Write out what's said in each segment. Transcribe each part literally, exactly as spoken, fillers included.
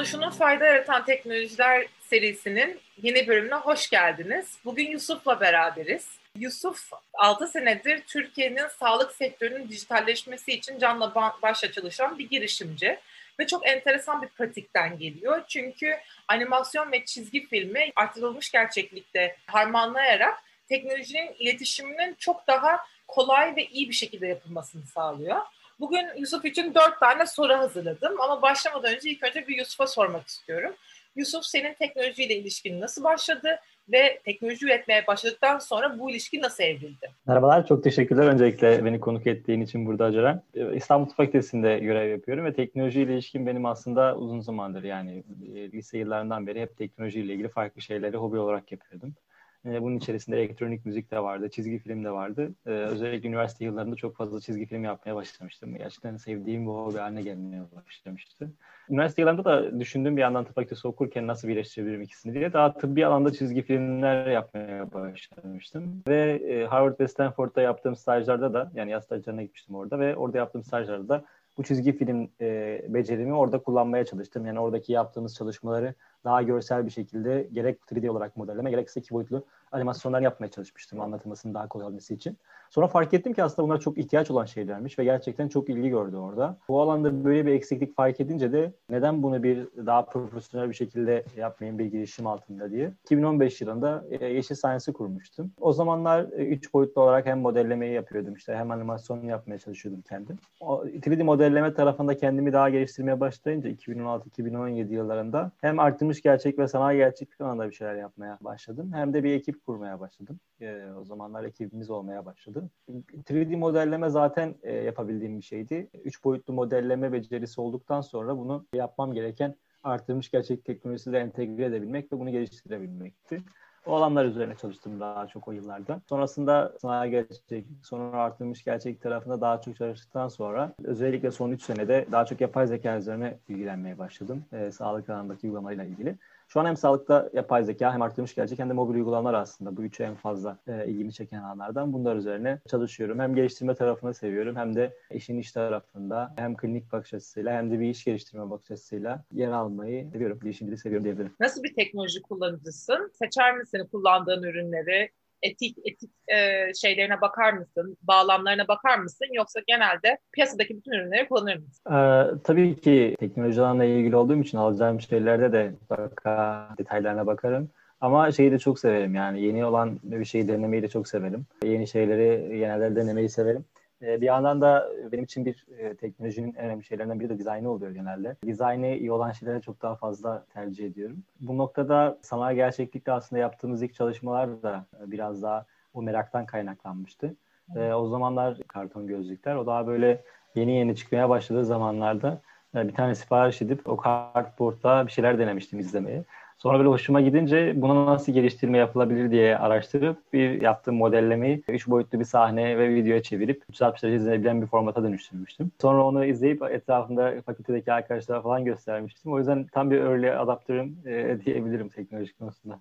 Konuşunun fayda yaratan teknolojiler serisinin yeni bölümüne hoş geldiniz. Bugün Yusuf'la beraberiz. Yusuf altı senedir Türkiye'nin sağlık sektörünün dijitalleşmesi için canla başla çalışan bir girişimci. Ve çok enteresan bir pratikten geliyor. Çünkü animasyon ve çizgi filmi artırılmış gerçeklikte harmanlayarak teknolojinin iletişiminin çok daha kolay ve iyi bir şekilde yapılmasını sağlıyor. Bugün Yusuf için dört tane soru hazırladım ama başlamadan önce ilk önce bir Yusuf'a sormak istiyorum. Yusuf, senin teknolojiyle ilişkin nasıl başladı ve teknoloji üretmeye başladıktan sonra bu ilişki nasıl evrildi? Merhabalar, çok teşekkürler öncelikle beni konuk ettiğin için burada Ceren. İstanbul Tıp Fakültesi'nde görev yapıyorum ve teknolojiyle ilişkin benim aslında uzun zamandır yani lise yıllarından beri hep teknolojiyle ilgili farklı şeyleri hobi olarak yapıyordum. Bunun içerisinde elektronik müzik de vardı, çizgi film de vardı. Ee, özellikle üniversite yıllarında çok fazla çizgi film yapmaya başlamıştım. Gerçekten sevdiğim bir hobi haline gelmeye başlamıştı. Üniversite yıllarında da düşündüğüm bir yandan tıp fakültesi okurken nasıl birleştirebilirim ikisini diye daha tıbbi alanda çizgi filmler yapmaya başlamıştım. Ve e, Harvard ve Stanford'da yaptığım stajlarda da yani yaz stajlarına gitmiştim orada ve orada yaptığım stajlarda da bu çizgi film e, becerimi orada kullanmaya çalıştım. Yani oradaki yaptığımız çalışmaları daha görsel bir şekilde gerek üç D olarak modelleme gerekse iki boyutlu animasyonlar yapmaya çalışmıştım anlatılmasının daha kolay olması için. Sonra fark ettim ki aslında bunlar çok ihtiyaç olan şeylermiş ve gerçekten çok ilgi gördü orada. Bu alanda böyle bir eksiklik fark edince de neden bunu bir daha profesyonel bir şekilde yapmayayım bir girişim altında diye iki bin on beş yılında Yeşil Science'ı kurmuştum. O zamanlar üç boyutlu olarak hem modellemeyi yapıyordum işte hem animasyon yapmaya çalışıyordum kendim. O üç D modelleme tarafında kendimi daha geliştirmeye başlayınca iki bin on altı iki bin on yedi yıllarında hem artırılmış gerçek ve sanal gerçeklik alanında bir şeyler yapmaya başladım. Hem de bir ekip kurmaya başladım. E, o zamanlar ekibimiz olmaya başladı. üç D modelleme zaten e, yapabildiğim bir şeydi. üç boyutlu modelleme becerisi olduktan sonra bunu yapmam gereken artırılmış gerçek teknolojisiyle entegre edebilmek ve bunu geliştirebilmekti. O alanlar üzerine çalıştım daha çok o yıllarda. Sonrasında sanal gerçek, sonra artırılmış gerçek tarafında daha çok çalıştıktan sonra özellikle son üç senede daha çok yapay zeka üzerine ilgilenmeye başladım. E, sağlık alanındaki uygulamalarıyla ilgili. Şu an hem sağlıkta yapay zeka hem artırılmış gerçek hem de mobil uygulamalar aslında bu üçü en fazla e, ilgimi çeken alanlardan. Bunlar üzerine çalışıyorum. Hem geliştirme tarafını seviyorum hem de işin iş tarafında hem klinik bakış açısıyla hem de bir iş geliştirme bakış açısıyla yer almayı seviyorum. Girişimciliği seviyorum diyebilirim. Nasıl bir teknoloji kullanıcısın? Seçer misin kullandığın ürünleri? Etik etik e, şeylerine bakar mısın? Bağlamlarına bakar mısın? Yoksa genelde piyasadaki bütün ürünleri kullanır mısın? Ee, tabii ki teknoloji alanıyla ilgili olduğum için alacağım şeylerde de mutlaka detaylarına bakarım. Ama şeyi de çok severim yani yeni olan bir şeyi denemeyi de çok severim. Yeni şeyleri genelde denemeyi severim. Ee, bir yandan da benim için bir e, teknolojinin en önemli şeylerinden biri de dizaynı oluyor genelde. Dizaynı iyi olan şeylere çok daha fazla tercih ediyorum. Bu noktada sanal gerçeklikte aslında yaptığımız ilk çalışmalar da biraz daha o meraktan kaynaklanmıştı. Ee, o zamanlar karton gözlükler o daha böyle yeni yeni çıkmaya başladığı zamanlarda e, bir tane sipariş edip o kartboardla bir şeyler denemiştim izlemeye. Sonra böyle hoşuma gidince buna nasıl geliştirme yapılabilir diye araştırıp bir yaptığım modellemeyi üç boyutlu bir sahne ve videoya çevirip üç yüz altmış derece izlenebilen bir formata dönüştürmüştüm. Sonra onu izleyip etrafında fakültedeki arkadaşlara falan göstermiştim. O yüzden tam bir early adaptörüm e, diyebilirim teknoloji konusunda.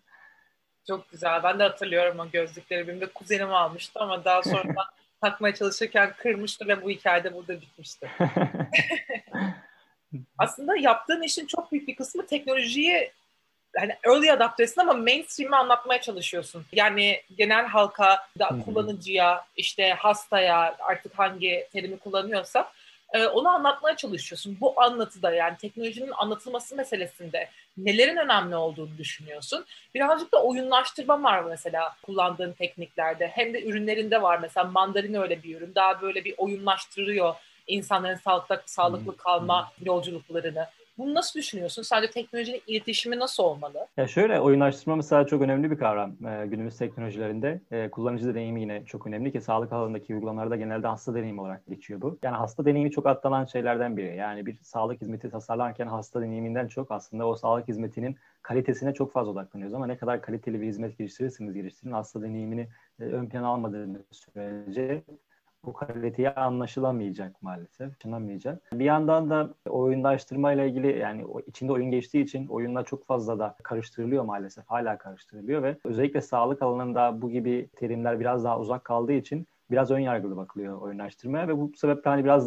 Çok güzel. Ben de hatırlıyorum o gözlükleri. Benim de kuzenim almıştı ama daha sonra takmaya çalışırken kırmıştı ve bu hikayede burada bitmişti. Aslında yaptığın işin çok büyük bir kısmı teknolojiyi hani early adaptasyon ama mainstream'i anlatmaya çalışıyorsun. Yani genel halka, da kullanıcıya, işte hastaya artık hangi terimi kullanıyorsa e, onu anlatmaya çalışıyorsun. Bu anlatıda yani teknolojinin anlatılması meselesinde nelerin önemli olduğunu düşünüyorsun. Birazcık da oyunlaştırma var mesela kullandığın tekniklerde. Hem de ürünlerinde var mesela mandarin öyle bir ürün. Daha böyle bir oyunlaştırıyor insanların sağlıkta, sağlıklı kalma yolculuklarını. Bunu nasıl düşünüyorsun? Sadece teknolojinin iletişimi nasıl olmalı? Ya şöyle oyunlaştırma mesela çok önemli bir kavram e, günümüz teknolojilerinde. E, kullanıcı deneyimi yine çok önemli ki sağlık alanındaki uygulamalarda genelde hasta deneyimi olarak geçiyor bu. Yani hasta deneyimi çok atlanan şeylerden biri. Yani bir sağlık hizmeti tasarlarken hasta deneyiminden çok aslında o sağlık hizmetinin kalitesine çok fazla odaklanıyoruz. Ama ne kadar kaliteli bir hizmet geliştirirseniz geliştirin hasta deneyimini e, ön plana almadığınız sürece bu kaliteye anlaşılamayacak maalesef. Anlaşılamayacak. Bir yandan da oyunlaştırma ile ilgili yani o içinde oyun geçtiği için oyunla çok fazla da karıştırılıyor maalesef. Hala karıştırılıyor ve özellikle sağlık alanında bu gibi terimler biraz daha uzak kaldığı için biraz ön yargılı bakılıyor oyunlaştırmaya ve bu sebeple hani biraz daha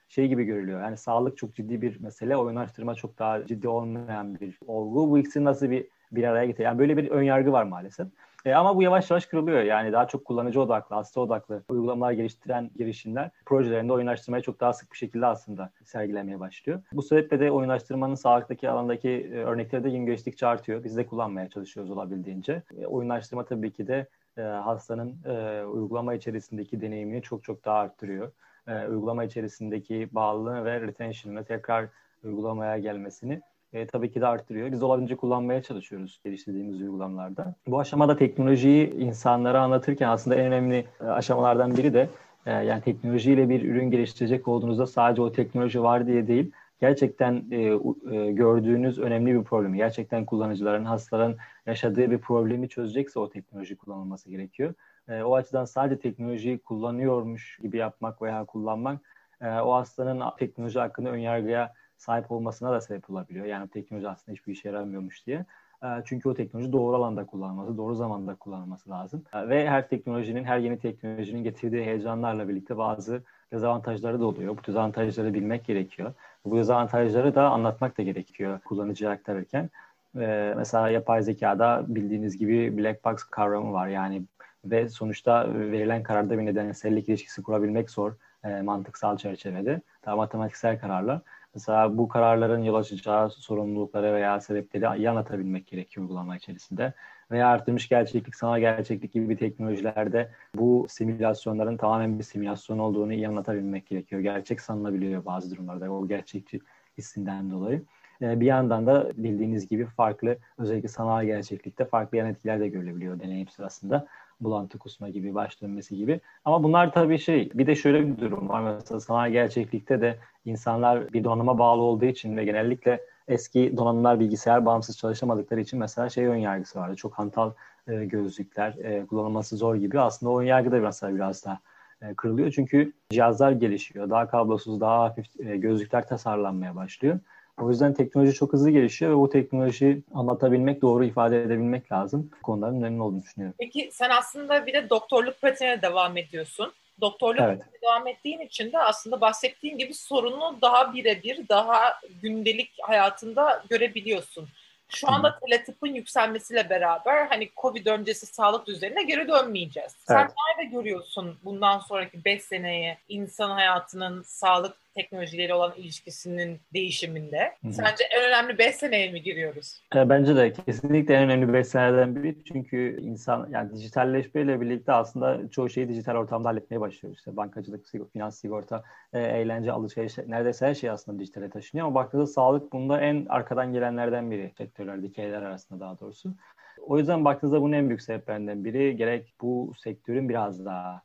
şey gibi görülüyor. Yani sağlık çok ciddi bir mesele, oyunlaştırma çok daha ciddi olmayan bir olgu. Bu ikisini nasıl bir bir araya getiriyor? Yani böyle bir ön yargı var maalesef. E, ama bu yavaş yavaş kırılıyor. Yani daha çok kullanıcı odaklı, hasta odaklı uygulamalar geliştiren girişimler projelerinde oyunlaştırmayı çok daha sık bir şekilde aslında sergilemeye başlıyor. Bu sebeple de oyunlaştırmanın sağlıktaki alandaki e, örnekleri de gün geçtikçe artıyor. Biz de kullanmaya çalışıyoruz olabildiğince. E, oyunlaştırma tabii ki de e, hastanın e, uygulama içerisindeki deneyimini çok çok daha arttırıyor. E, uygulama içerisindeki bağlılığını ve retention'ını, tekrar uygulamaya gelmesini E, tabii ki de arttırıyor. Biz olabildiğince kullanmaya çalışıyoruz geliştirdiğimiz uygulamalarda. Bu aşamada teknolojiyi insanlara anlatırken aslında en önemli e, aşamalardan biri de e, yani teknolojiyle bir ürün geliştirecek olduğunuzda sadece o teknoloji var diye değil, gerçekten e, e, gördüğünüz önemli bir problemi, gerçekten kullanıcıların, hastaların yaşadığı bir problemi çözecekse o teknoloji kullanılması gerekiyor. E, o açıdan sadece teknolojiyi kullanıyormuş gibi yapmak veya kullanmak e, o hastanın teknoloji hakkında önyargıya sahip olmasına da sebep olabiliyor. Yani teknoloji aslında hiçbir işe yaramıyormuş diye. Çünkü o teknoloji doğru alanda kullanılması, doğru zamanda kullanılması lazım. Ve her teknolojinin, her yeni teknolojinin getirdiği heyecanlarla birlikte bazı dezavantajları da oluyor. Bu dezavantajları bilmek gerekiyor. Bu dezavantajları da anlatmak da gerekiyor kullanıcıya aktarırken. Mesela yapay zekada bildiğiniz gibi black box kavramı var. Yani ve sonuçta verilen kararda bir nedensellik ilişkisi kurabilmek zor mantıksal çerçevede. Daha matematiksel kararlar. Mesela bu kararların yol açacağı sorumlulukları veya sebepleri iyi anlatabilmek gerekiyor uygulama içerisinde. Veya artırmış gerçeklik, sanal gerçeklik gibi bir teknolojilerde bu simülasyonların tamamen bir simülasyon olduğunu iyi anlatabilmek gerekiyor. Gerçek sanılabiliyor bazı durumlarda o gerçekçi hissinden dolayı. Bir yandan da bildiğiniz gibi farklı, özellikle sanal gerçeklikte farklı yan etkiler de görülebiliyor deneyim sırasında. Bulantı kusma gibi, baş dönmesi gibi. Ama bunlar tabii şey, bir de şöyle bir durum var. Mesela sanal gerçeklikte de İnsanlar bir donanıma bağlı olduğu için ve genellikle eski donanımlar bilgisayar bağımsız çalışamadıkları için mesela şey ön yargısı vardı. Çok hantal e, gözlükler, e, kullanılması zor gibi. Aslında o ön yargı da biraz, biraz daha e, kırılıyor. Çünkü cihazlar gelişiyor. Daha kablosuz, daha hafif e, gözlükler tasarlanmaya başlıyor. O yüzden teknoloji çok hızlı gelişiyor ve bu teknolojiyi anlatabilmek, doğru ifade edebilmek lazım. Bu konuların önemli olduğunu düşünüyorum. Peki sen aslında bir de doktorluk pratiğine devam ediyorsun. Doktorluk Evet. pratiğine devam ettiğin için de aslında bahsettiğin gibi sorunu daha birebir, daha gündelik hayatında görebiliyorsun. Şu Hı hı. anda teletıbbın yükselmesiyle beraber hani Covid öncesi sağlık düzenine geri dönmeyeceğiz. Sen Evet. nerede görüyorsun bundan sonraki beş seneye insan hayatının sağlık teknolojileri olan ilişkisinin değişiminde? Hı hı. Sence en önemli beş seneye mi giriyoruz? E, Bence de kesinlikle en önemli beş seneden biri. Çünkü insan yani dijitalleşmeyle birlikte aslında çoğu şeyi dijital ortamda halletmeye başlıyor. İşte bankacılık, sigorta, finans, sigorta, e, eğlence, alışveriş, neredeyse her şey aslında dijitale taşınıyor. Ama baktığınızda sağlık bunda en arkadan gelenlerden biri. Sektörler, dikeyler arasında daha doğrusu. O yüzden baktığınızda bunun en büyük sebeplerinden biri gerek bu sektörün biraz daha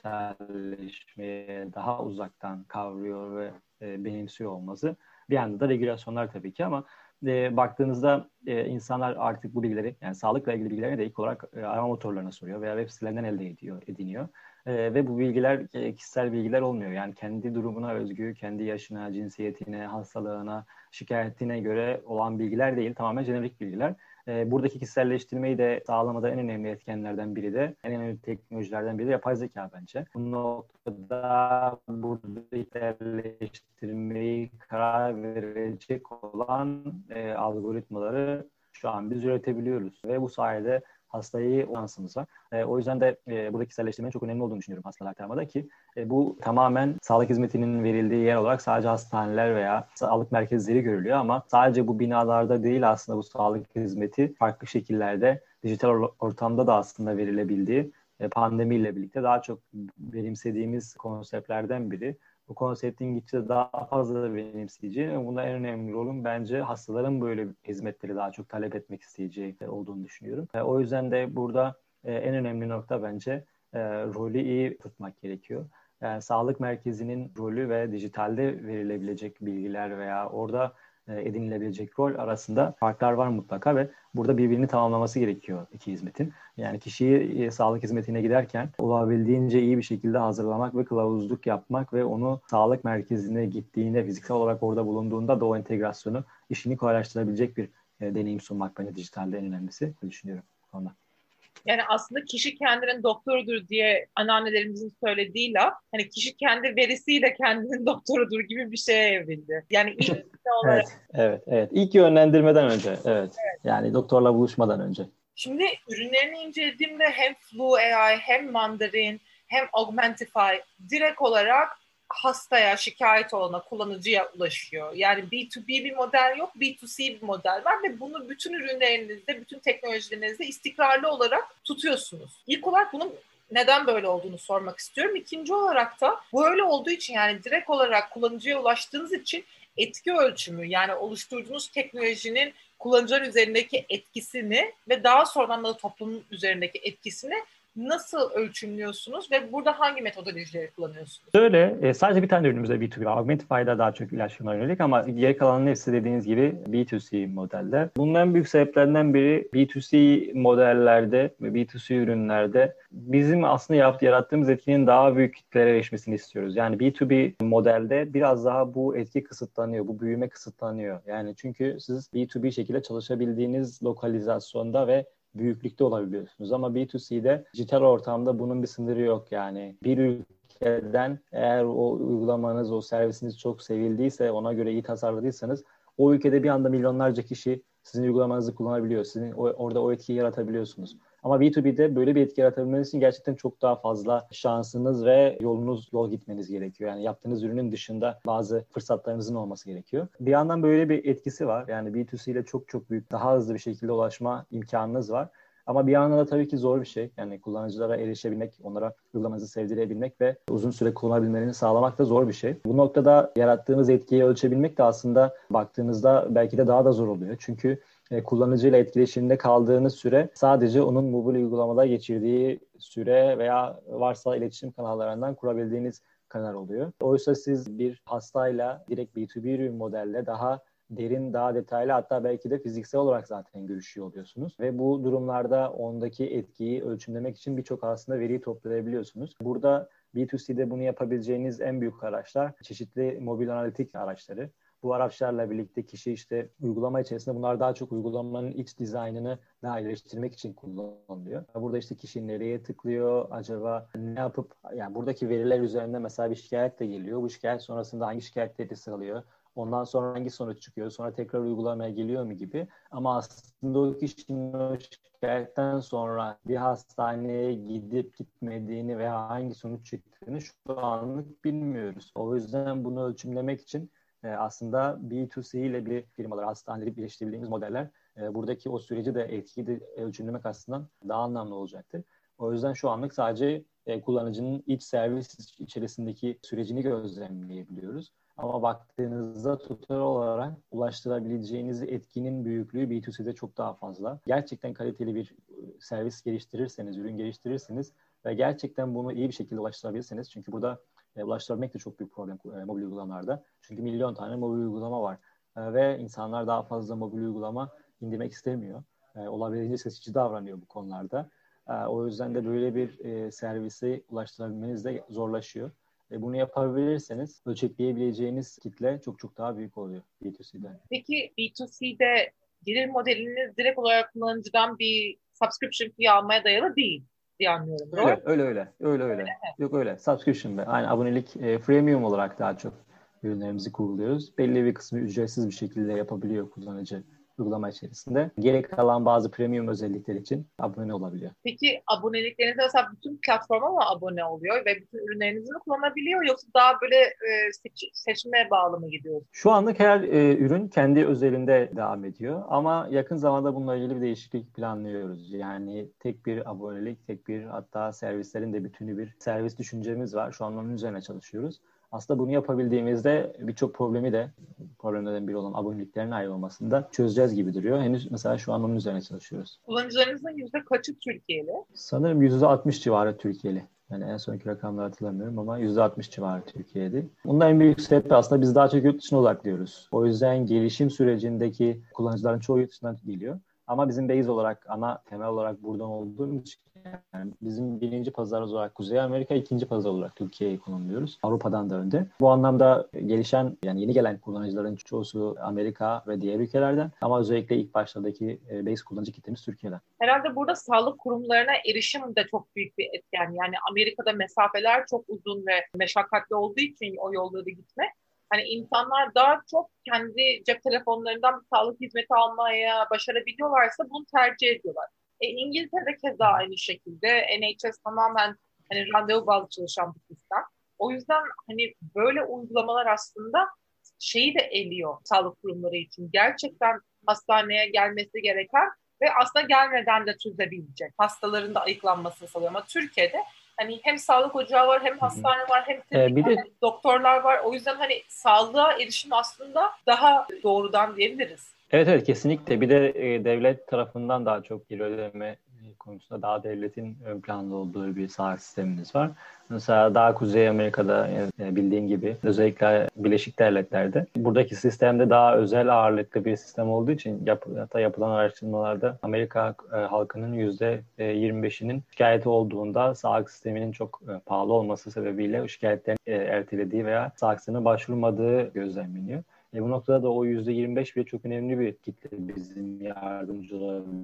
dijitalleşmeye daha uzaktan kavruyor ve e, benimsiyor olması. Bir yanda da regülasyonlar tabii ki ama e, baktığınızda e, insanlar artık bu bilgileri, yani sağlıkla ilgili bilgilerini de ilk olarak e, arama motorlarına soruyor veya web sitelerinden elde ediyor, ediniyor. E, ve bu bilgiler e, kişisel bilgiler olmuyor. Yani kendi durumuna özgü, kendi yaşına, cinsiyetine, hastalığına, şikayetine göre olan bilgiler değil, tamamen jenerik bilgiler. E, buradaki kişiselleştirmeyi de sağlamada en önemli etkenlerden biri de, en önemli teknolojilerden biri de yapay zeka bence. Bu noktada burada kişiselleştirmeyi karar verecek olan e, algoritmaları şu an biz üretebiliyoruz. Ve bu sayede hastayı o şansımız var. E, o yüzden de e, buradaki kişiselleştirmenin çok önemli olduğunu düşünüyorum hastalık aktarmada ki e, bu tamamen sağlık hizmetinin verildiği yer olarak sadece hastaneler veya sağlık merkezleri görülüyor ama sadece bu binalarda değil aslında bu sağlık hizmeti farklı şekillerde dijital ortamda da aslında verilebildiği e, pandemiyle birlikte daha çok benimsediğimiz konseptlerden biri. Bu konseptin gittikçe daha fazla benimseyeceği ve bunda en önemli rolün bence hastaların böyle hizmetleri daha çok talep etmek isteyeceği olduğunu düşünüyorum. E, o yüzden de burada e, en önemli nokta bence e, rolü iyi tutmak gerekiyor. Yani sağlık merkezinin rolü ve dijitalde verilebilecek bilgiler veya orada e, edinilebilecek rol arasında farklar var mutlaka ve burada birbirini tamamlaması gerekiyor iki hizmetin. Yani kişiyi e, sağlık hizmetine giderken olabildiğince iyi bir şekilde hazırlamak ve kılavuzluk yapmak ve onu sağlık merkezine gittiğinde, fiziksel olarak orada bulunduğunda da o entegrasyonu, işini kolaylaştırabilecek bir e, deneyim sunmak bence dijitalde en önemlisi düşünüyorum bu konuda. Yani aslında kişi kendinin doktorudur diye anneannelerimizin söylediği laf, hani kişi kendi verisiyle kendinin doktorudur gibi bir şeye evrildi. Yani ilk olarak. Evet, evet, evet. İlk yönlendirmeden önce, evet. Yani doktorla buluşmadan önce. Şimdi ürünlerini incelediğimde hem Flu A I hem Mandarin hem Augmentify direkt olarak hastaya, şikayet olana, kullanıcıya ulaşıyor. Yani B iki B bir model yok, B iki C bir model var ve bunu bütün ürünlerinizde, bütün teknolojilerinizde istikrarlı olarak tutuyorsunuz. İlk olarak bunun neden böyle olduğunu sormak istiyorum. İkinci olarak da böyle olduğu için, yani direkt olarak kullanıcıya ulaştığınız için etki ölçümü, yani oluşturduğunuz teknolojinin kullanıcılar üzerindeki etkisini ve daha sonradan da toplumun üzerindeki etkisini nasıl ölçümlüyorsunuz ve burada hangi metodolojileri kullanıyorsunuz? Şöyle, e, sadece bir tane ürünümüzde B iki B var. Augmentify'da daha çok ilaç firmalarına yönelik ama geri kalanın hepsi dediğiniz gibi B iki C modeller. Bunun en büyük sebeplerinden biri B iki C modellerde ve B iki C ürünlerde bizim aslında yaptı, yarattığımız etkinin daha büyük kitlelere erişmesini istiyoruz. Yani B iki B modelde biraz daha bu etki kısıtlanıyor, bu büyüme kısıtlanıyor. Yani çünkü siz B iki B şekilde çalışabildiğiniz lokalizasyonda ve büyüklükte olabiliyorsunuz. Ama B iki C'de dijital ortamda bunun bir sınırı yok yani. Bir ülkeden eğer o uygulamanız, o servisiniz çok sevildiyse, ona göre iyi tasarladıysanız o ülkede bir anda milyonlarca kişi sizin uygulamanızı kullanabiliyor. Sizin o, orada o etkiyi yaratabiliyorsunuz. Ama B iki B'de böyle bir etki yaratabilmeniz için gerçekten çok daha fazla şansınız ve yolunuz, yol gitmeniz gerekiyor. Yani yaptığınız ürünün dışında bazı fırsatlarınızın olması gerekiyor. Bir yandan böyle bir etkisi var. Yani B iki C ile çok çok büyük, daha hızlı bir şekilde ulaşma imkanınız var. Ama bir yandan da tabii ki zor bir şey. Yani kullanıcılara erişebilmek, onlara uygulamanızı sevdirebilmek ve uzun süre kullanabilmelerini sağlamak da zor bir şey. Bu noktada yarattığınız etkiyi ölçebilmek de aslında baktığınızda belki de daha da zor oluyor. Çünkü e, kullanıcıyla etkileşimde kaldığınız süre sadece onun mobil uygulamada geçirdiği süre veya varsa iletişim kanallarından kurabildiğiniz kanal oluyor. Oysa siz bir hastayla direkt B iki B ürün modelle daha derin, daha detaylı, hatta belki de fiziksel olarak zaten görüşüyor oluyorsunuz. Ve bu durumlarda ondaki etkiyi ölçümlemek için birçok aslında veriyi toplayabiliyorsunuz. Burada B iki C'de bunu yapabileceğiniz en büyük araçlar çeşitli mobil analitik araçları. Bu araçlarla birlikte kişi işte uygulama içerisinde, bunlar daha çok uygulamanın iç dizaynını daha iyileştirmek için kullanılıyor. Burada işte kişi nereye tıklıyor, acaba ne yapıp, yani buradaki veriler üzerinde mesela bir şikayet de geliyor. Bu şikayet sonrasında hangi şikayetleri sıralıyor? Ondan sonra hangi sonuç çıkıyor? Sonra tekrar uygulamaya geliyor mu gibi. Ama aslında o kişinin o şikayetten sonra bir hastaneye gidip gitmediğini veya hangi sonuç çıktığını şu anlık bilmiyoruz. O yüzden bunu ölçümlemek için e, aslında B iki C ile bir firmalar, hastaneleri birleştirebildiğimiz modeller e, buradaki o süreci de, etkiyi de ölçümlemek açısından daha anlamlı olacaktır. O yüzden şu anlık sadece e, kullanıcının iç servis içerisindeki sürecini gözlemleyebiliyoruz. Ama baktığınızda total olarak ulaştırabileceğiniz etkinin büyüklüğü B iki C'de çok daha fazla. Gerçekten kaliteli bir servis geliştirirseniz, ürün geliştirirseniz ve gerçekten bunu iyi bir şekilde ulaştırabilirseniz, çünkü burada e, ulaştırabilmek de çok büyük problem e, mobil uygulamalarda. Çünkü milyon tane mobil uygulama var e, ve insanlar daha fazla mobil uygulama indirmek istemiyor. E, olabildiğince seçici davranıyor bu konularda. E, o yüzden de böyle bir e, servisi ulaştırabilmeniz de zorlaşıyor. E bunu yapabilirseniz ölçekleyebileceğiniz kitle çok çok daha büyük oluyor B iki C'den. Peki B iki C'de gelir modeliniz direkt olarak kullanıcıdan bir subscription fee almaya dayalı değil diye anlıyorum. Doğru mu? Öyle, öyle, öyle. Öyle, öyle. Yok öyle. Subscription be. Aynı abonelik, e, freemium olarak daha çok ürünlerimizi kurguluyoruz. Belli bir kısmı ücretsiz bir şekilde yapabiliyor kullanıcı uygulama içerisinde. Gerek kalan bazı premium özellikler için abone olabiliyor. Peki aboneliklerinizde mesela bütün platforma mı abone oluyor ve bütün ürünlerinizi mi kullanabiliyor, yoksa daha böyle e, seç, seçime bağlı mı gidiyor? Şu anlık her e, ürün kendi özelinde devam ediyor ama yakın zamanda bununla ilgili bir değişiklik planlıyoruz. Yani tek bir abonelik, tek bir, hatta servislerin de bütünü bir servis düşüncemiz var. Şu an onun üzerine çalışıyoruz. Aslında bunu yapabildiğimizde birçok problemi de, problemlerden biri olan aboneliklerin ayrılmasında çözeceğiz gibi duruyor. Henüz mesela şu an onun üzerine çalışıyoruz. Kullanıcılarınızın yüzde kaçı Türkiye'li? Sanırım yüzde altmış civarı Türkiye'li. Yani en sonki rakamları hatırlamıyorum ama yüzde altmış civarı Türkiye'de. Bunun en büyük sebebi aslında biz daha çok yurt dışına odaklıyoruz. O yüzden gelişim sürecindeki kullanıcıların çoğu yurt dışından geliyor. Ama bizim base olarak, ana temel olarak buradan olduğumuz için yani bizim birinci pazarımız olarak Kuzey Amerika, ikinci pazar olarak Türkiye'yi konumluyoruz. Avrupa'dan da önde. Bu anlamda gelişen, yani yeni gelen kullanıcıların çoğusu Amerika ve diğer ülkelerden ama özellikle ilk başlardaki base kullanıcı kitlemiz Türkiye'den. Herhalde burada sağlık kurumlarına erişim de çok büyük bir etken. Yani Amerika'da mesafeler çok uzun ve meşakkatli olduğu için o yolları gitmek. Hani insanlar daha çok kendi cep telefonlarından bir sağlık hizmeti almaya başarabiliyorlarsa bunu tercih ediyorlar. E, İngiltere'de keza aynı şekilde N H S tamamen hani randevu bazlı çalışan bir sistem. O yüzden hani böyle uygulamalar aslında şeyi de eliyor sağlık kurumları için. Gerçekten hastaneye gelmesi gereken ve aslında gelmeden de çözebilecek hastaların da ayıklanmasını sağlıyor. Ama Türkiye'de hani hem sağlık ocağı var, hem hastane var, hem klinik, Ee, bir hem de doktorlar var. O yüzden hani sağlığa erişim aslında daha doğrudan diyebiliriz. evet evet kesinlikle. Bir de e, devlet tarafından daha çok geri ödeme konusunda daha devletin ön planda olduğu bir sağlık sistemimiz var. Mesela daha Kuzey Amerika'da e, bildiğin gibi özellikle Birleşik Devletler'de buradaki sistemde daha özel ağırlıklı bir sistem olduğu için yap, hatta yapılan araştırmalarda Amerika e, halkının yüzde yirmi beşinin şikayeti olduğunda sağlık sisteminin çok e, pahalı olması sebebiyle şikayetlerin e, ertelediği veya sağlık sistemine başvurmadığı gözlemleniyor. E bu noktada da o yüzde yirmi beş bile çok önemli bir kitle bizim yardımcı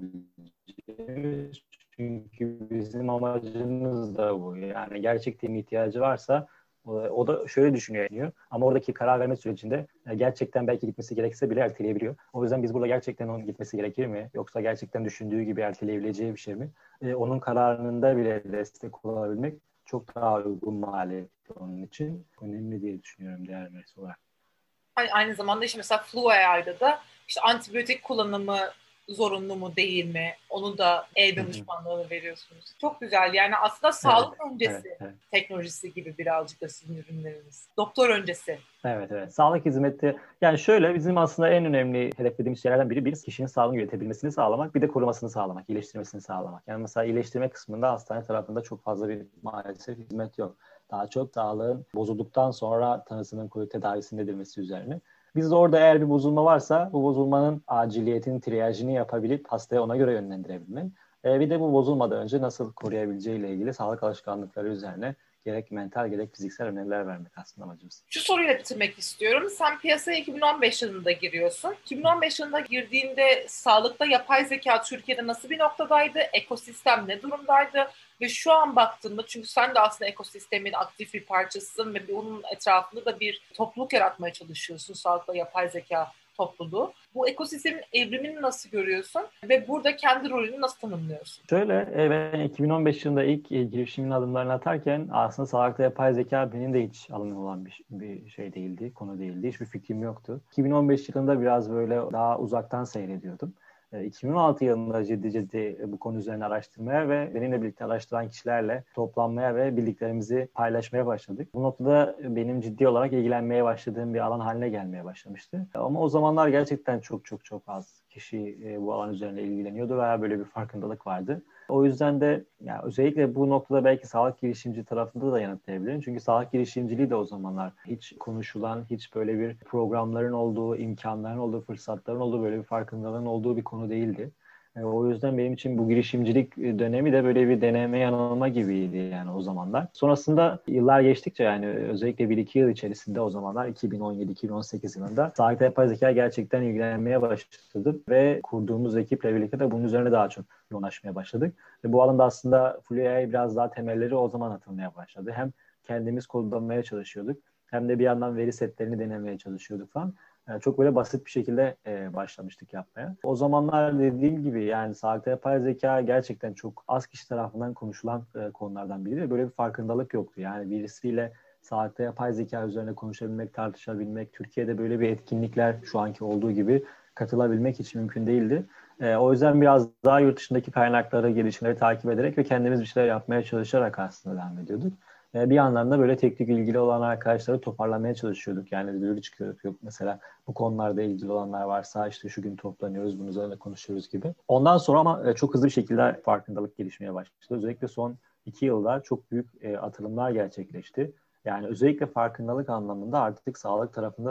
olabileceğimiz. Çünkü bizim amacımız da bu. Yani gerçekten ihtiyacı varsa o, o da şöyle düşünüyor. Ama oradaki karar verme sürecinde gerçekten belki gitmesi gerekse bile erteleyebiliyor. O yüzden biz burada gerçekten onun gitmesi gerekir mi? Yoksa gerçekten düşündüğü gibi erteleyebileceği bir şey mi? E, onun kararında bile destek olabilmek çok daha uygun maliyet onun için. Önemli diye düşünüyorum değerli mühendis olarak. Aynı zamanda işte mesela flu ayarda da işte antibiyotik kullanımı zorunlu mu değil mi? Onu da e-danışmanlığını veriyorsunuz. Çok güzel. Yani aslında Evet, sağlık evet, öncesi evet. teknolojisi gibi birazcık da sizin ürünleriniz. Doktor öncesi. Evet, evet. Sağlık hizmeti, yani şöyle bizim aslında en önemli hedeflediğimiz şeylerden biri bir kişinin sağlığını yönetebilmesini sağlamak, bir de korumasını sağlamak, iyileştirmesini sağlamak. Yani mesela iyileştirme kısmında hastane tarafında çok fazla bir maalesef hizmet yok. Daha çok sağlığın bozulduktan sonra tanısının koyup tedavisinin edilmesi üzerine. Biz de orada eğer bir bozulma varsa bu bozulmanın aciliyetini, triyajını yapabilip hastaya ona göre yönlendirebilmek. E, bir de bu bozulmadan önce nasıl koruyabileceğiyle ilgili sağlık alışkanlıkları üzerine gerek mental gerek fiziksel öneriler vermek aslında amacımız. Şu soruyla bitirmek istiyorum. Sen piyasaya iki bin on beş yılında giriyorsun. iki bin on beş yılında girdiğinde sağlıkta yapay zeka Türkiye'de nasıl bir noktadaydı? Ekosistem ne durumdaydı? Ve şu an baktığında, çünkü sen de aslında ekosistemin aktif bir parçasısın ve onun etrafında da bir topluluk yaratmaya çalışıyorsun, sağlıkla yapay zeka topluluğu. Bu ekosistemin evrimini nasıl görüyorsun ve burada kendi rolünü nasıl tanımlıyorsun? Şöyle, e, ben iki bin on beş yılında ilk e, girişimin adımlarını atarken aslında sağlıkta yapay zeka benim de hiç alanım olan bir, bir şey değildi, konu değildi. Hiçbir fikrim yoktu. iki bin on beş yılında biraz böyle daha uzaktan seyrediyordum. E, iki bin on altı yılında ciddi ciddi bu konu üzerine araştırmaya ve benimle birlikte araştıran kişilerle toplanmaya ve bildiklerimizi paylaşmaya başladık. Bu noktada benim ciddi olarak ilgilenmeye başladığım bir alan haline gelmeye başlamıştı. Ama o zamanlar gerçekten çok çok çok az kişi e, bu alan üzerine ilgileniyordu veya böyle bir farkındalık vardı. O yüzden de yani özellikle bu noktada belki sağlık girişimci tarafında da yanıtlayabilirim. Çünkü sağlık girişimciliği de o zamanlar hiç konuşulan, hiç böyle bir programların olduğu, imkanların olduğu, fırsatların olduğu, böyle bir farkındalığın olduğu bir konu değildi. E, o yüzden benim için bu girişimcilik dönemi de böyle bir deneme yanılma gibiydi yani o zamanlar. Sonrasında yıllar geçtikçe yani özellikle bir iki yıl içerisinde o zamanlar iki bin on yedi iki bin on sekiz yılında sağlıkta yapay zeka gerçekten ilgilenmeye başladık ve kurduğumuz ekiple birlikte de bunun üzerine daha çok yoğunlaşmaya başladık. Ve bu alanda aslında Flua'ya biraz daha temelleri o zaman atılmaya başladı. Hem kendimiz kodlamaya çalışıyorduk hem de bir yandan veri setlerini denemeye çalışıyorduk falan. Yani çok böyle basit bir şekilde e, başlamıştık yapmaya. O zamanlar dediğim gibi yani sağlıkta yapay zeka gerçekten çok az kişi tarafından konuşulan e, konulardan biri. Böyle bir farkındalık yoktu. Yani birisiyle sağlıkta yapay zeka üzerine konuşabilmek, tartışabilmek, Türkiye'de böyle bir etkinlikler şu anki olduğu gibi katılabilmek hiç mümkün değildi. E, o yüzden biraz daha yurt dışındaki kaynakları, gelişmeleri takip ederek ve kendimiz bir şeyler yapmaya çalışarak aslında devam ediyorduk. E, bir yandan da böyle teknik ilgili olan arkadaşları toparlamaya çalışıyorduk. Yani duyuru çıkıyorduk. Yok mesela bu konularda ilgili olanlar varsa işte şu gün toplanıyoruz, bunun üzerine konuşuyoruz gibi. Ondan sonra ama e, çok hızlı bir şekilde farkındalık gelişmeye başladı. Özellikle son iki yılda çok büyük e, atılımlar gerçekleşti. Yani özellikle farkındalık anlamında artık sağlık tarafında da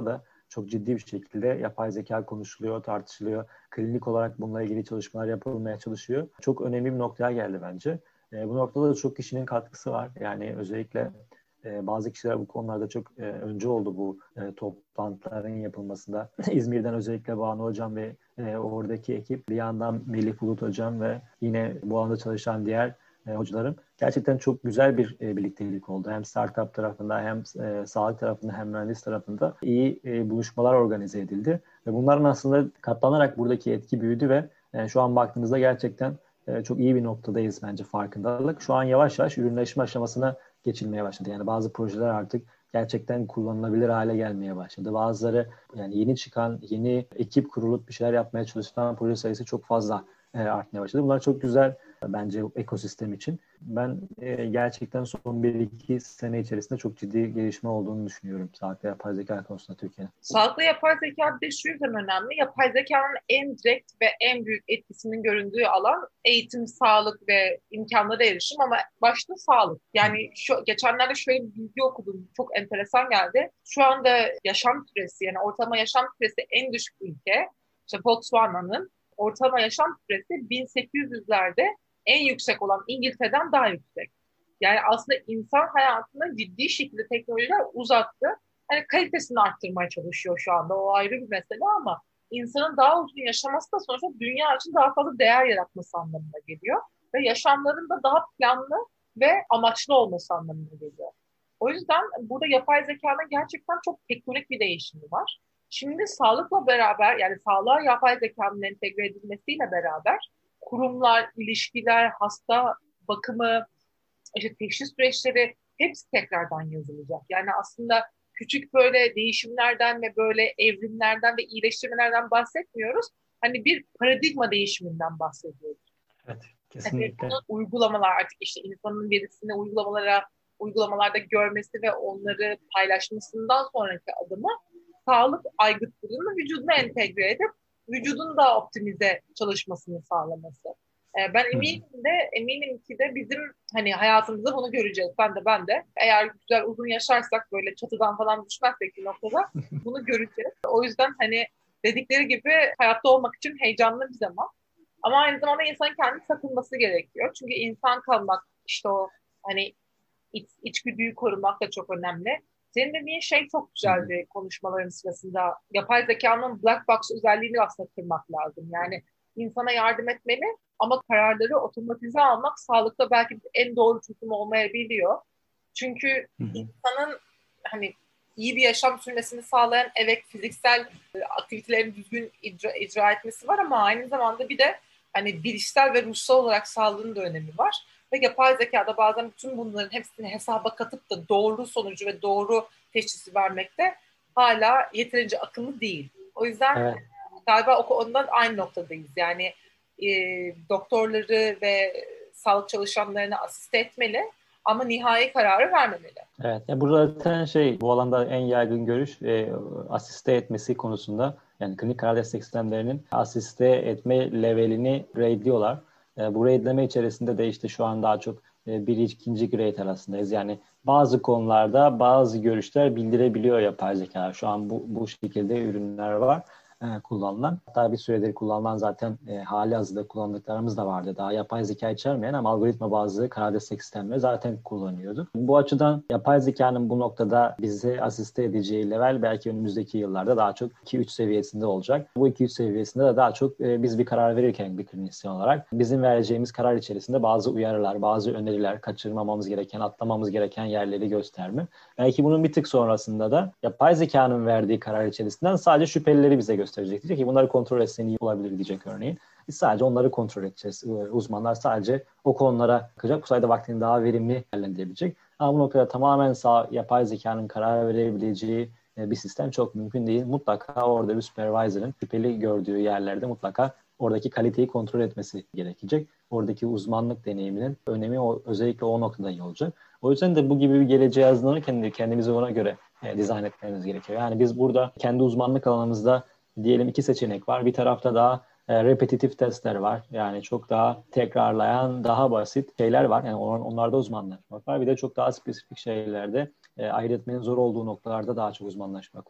çok ciddi bir şekilde yapay zeka konuşuluyor, tartışılıyor. Klinik olarak bununla ilgili çalışmalar yapılmaya çalışıyor. Çok önemli bir noktaya geldi bence. E, bu noktada da çok kişinin katkısı var. Yani özellikle e, bazı kişiler bu konularda çok e, öncü oldu bu e, toplantıların yapılmasında. İzmir'den özellikle Banu Hocam ve e, oradaki ekip, bir yandan Melih Bulut Hocam ve yine bu alanda çalışan diğer e, hocalarım. Gerçekten çok güzel bir e, birliktelik oldu. Hem startup tarafında hem e, sağlık tarafında hem mühendis tarafında iyi e, buluşmalar organize edildi. Ve bunların aslında katlanarak buradaki etki büyüdü ve e, şu an baktığımızda gerçekten e, çok iyi bir noktadayız bence farkındalık. Şu an yavaş yavaş ürünleşme aşamasına geçilmeye başladı. Yani bazı projeler artık gerçekten kullanılabilir hale gelmeye başladı. Bazıları yani yeni çıkan, yeni ekip kurulup bir şeyler yapmaya çalışılan proje sayısı çok fazla e, artmaya başladı. Bunlar çok güzel bence ekosistem için. Ben e, gerçekten son bir iki sene içerisinde çok ciddi gelişme olduğunu düşünüyorum sağlıkta yapay zeka konusunda Türkiye'nin. Sağlıklı yapay zeka bir de şu yüzden önemli. Yapay zekanın en direkt ve en büyük etkisinin göründüğü alan eğitim, sağlık ve imkanlara erişim ama başta sağlık. Yani şu geçenlerde şöyle bir bilgi okudum. Çok enteresan geldi. Şu anda yaşam süresi yani ortalama yaşam süresi en düşük ülke işte Botswana'nın ortalama yaşam süresi bin sekiz yüzlerde en yüksek olan İngiltere'den daha yüksek. Yani aslında insan hayatını ciddi şekilde teknolojiler uzattı. Hani kalitesini arttırmaya çalışıyor şu anda. O ayrı bir mesele ama insanın daha uzun yaşaması da sonuçta dünya için daha fazla değer yaratması anlamına geliyor. Ve yaşamların da daha planlı ve amaçlı olması anlamına geliyor. O yüzden burada yapay zekanın gerçekten çok tektonik bir değişimi var. Şimdi sağlıkla beraber yani sağlığa yapay zekanın entegre edilmesiyle beraber kurumlar, ilişkiler, hasta bakımı, işte teşhis süreçleri hepsi tekrardan yazılacak. Yani aslında küçük böyle değişimlerden ve böyle evrimlerden ve iyileştirmelerden bahsetmiyoruz. Hani bir paradigma değişiminden bahsediyoruz. Evet, Hani kesinlikle. bunun uygulamalar artık işte insanın verisini uygulamalara uygulamalarda görmesi ve onları paylaşmasından sonraki adımı sağlık aygıtlarını vücuduna entegre edip vücudun daha optimize çalışmasını sağlaması. Ee, ben eminim de eminim ki de bizim hani hayatımızda bunu göreceğiz. Ben de ben de. Eğer güzel uzun yaşarsak böyle çatıdan falan düşmezsek bir noktada bunu göreceğiz. O yüzden hani dedikleri gibi hayatta olmak için heyecanlı bir zaman. Ama aynı zamanda insanın kendini sakınması gerekiyor. Çünkü insan kalmak işte o hani iç, içgüdüyü korumak da çok önemli. Senin dediğin şey çok güzeldi konuşmaların sırasında. Yapay zekanın black box özelliğini aslında kırmak lazım. Yani insana yardım etmeli ama kararları otomatize almak sağlıkta belki en doğru çözüm olmayabiliyor. Çünkü insanın hani iyi bir yaşam sürmesini sağlayan evet fiziksel aktivitelerin düzgün icra, icra etmesi var ama aynı zamanda bir de hani bilişsel ve ruhsal olarak sağlığının da önemi var. Ve yapay zekada bazen bütün bunların hepsini hesaba katıp da doğru sonucu ve doğru teşhisi vermekte hala yeterince akıllı değil. O yüzden evet. Galiba ondan aynı noktadayız. Yani e, doktorları ve sağlık çalışanlarına asiste etmeli ama nihai kararı vermemeli. Evet, ya burada zaten şey bu alanda en yaygın görüş e, asiste etmesi konusunda yani klinik karar destek sistemlerinin asiste etme levelini grade'liyorlar. E, bu grade'leme içerisinde de işte şu an daha çok e, bir ikinci grade arasındayız. Yani bazı konularda bazı görüşler bildirebiliyor yapay zeka. Şu an bu, bu şekilde ürünler var. E, kullanılan. Hatta bir süredir kullanılan zaten e, hali hazırda kullandıklarımız da vardı. Daha yapay zeka içermeyen ama algoritma bazlı karar destek sistemleri zaten kullanıyordu. Bu açıdan yapay zekanın bu noktada bizi asiste edeceği level belki önümüzdeki yıllarda daha çok iki üç seviyesinde olacak. Bu iki üç seviyesinde de daha çok e, biz bir karar verirken bir klinisyen olarak bizim vereceğimiz karar içerisinde bazı uyarılar, bazı öneriler, kaçırmamamız gereken, atlamamız gereken yerleri gösterme. Belki bunun bir tık sonrasında da yapay zekanın verdiği karar içerisinden sadece şüphelileri bize gösterecek. Diyecek ki bunları kontrol etsen iyi olabilir diyecek örneğin. Biz sadece onları kontrol edeceğiz. Uzmanlar sadece o konulara bakacak. Bu sayede vaktini daha verimli değerlendirebilecek. Ama bu noktada tamamen sağ, yapay zekanın karar verebileceği bir sistem çok mümkün değil. Mutlaka orada bir supervisor'ın şüpheli gördüğü yerlerde mutlaka oradaki kaliteyi kontrol etmesi gerekecek. Oradaki uzmanlık deneyiminin önemi o, özellikle o noktada iyi olacak. O yüzden de bu gibi bir geleceğe hazırlanırken kendimizi ona göre e, dizayn etmemiz gerekiyor. Yani biz burada kendi uzmanlık alanımızda diyelim iki seçenek var. Bir tarafta daha e, repetitif testler var. Yani çok daha tekrarlayan, daha basit şeyler var. Yani on, onlarda uzmanlaşmak var. Bir de çok daha spesifik şeylerde e, ayırt etmenin zor olduğu noktalarda daha çok uzmanlaşmak var.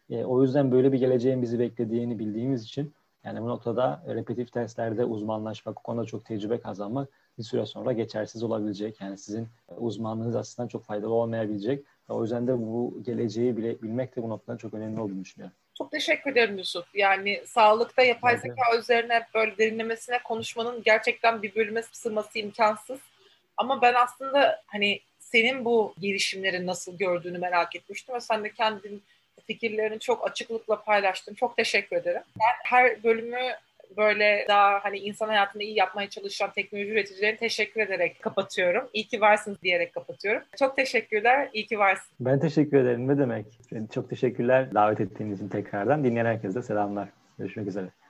E, o yüzden böyle bir geleceğin bizi beklediğini bildiğimiz için yani bu noktada repetitif testlerde uzmanlaşmak, o konuda çok tecrübe kazanmak bir süre sonra geçersiz olabilecek. Yani sizin uzmanlığınız aslında çok faydalı olmayabilecek. O yüzden de bu geleceği bile bilmek de bu noktada çok önemli olduğunu düşünüyorum. Çok teşekkür ederim Yusuf. Yani sağlıkta yapay Belki. zeka üzerine böyle derinlemesine konuşmanın gerçekten bir bölüme sığması imkansız. Ama ben aslında hani senin bu gelişimleri nasıl gördüğünü merak etmiştim ve sen de kendin fikirlerini çok açıklıkla paylaştın. Çok teşekkür ederim. Ben her bölümü böyle daha hani insan hayatını iyi yapmaya çalışan teknoloji üreticilerine teşekkür ederek kapatıyorum. İyi ki varsınız diyerek kapatıyorum. Çok teşekkürler. İyi ki varsın. Ben teşekkür ederim. Ne demek? Çok teşekkürler davet ettiğiniz için tekrardan. Dinleyen herkese selamlar. Görüşmek üzere.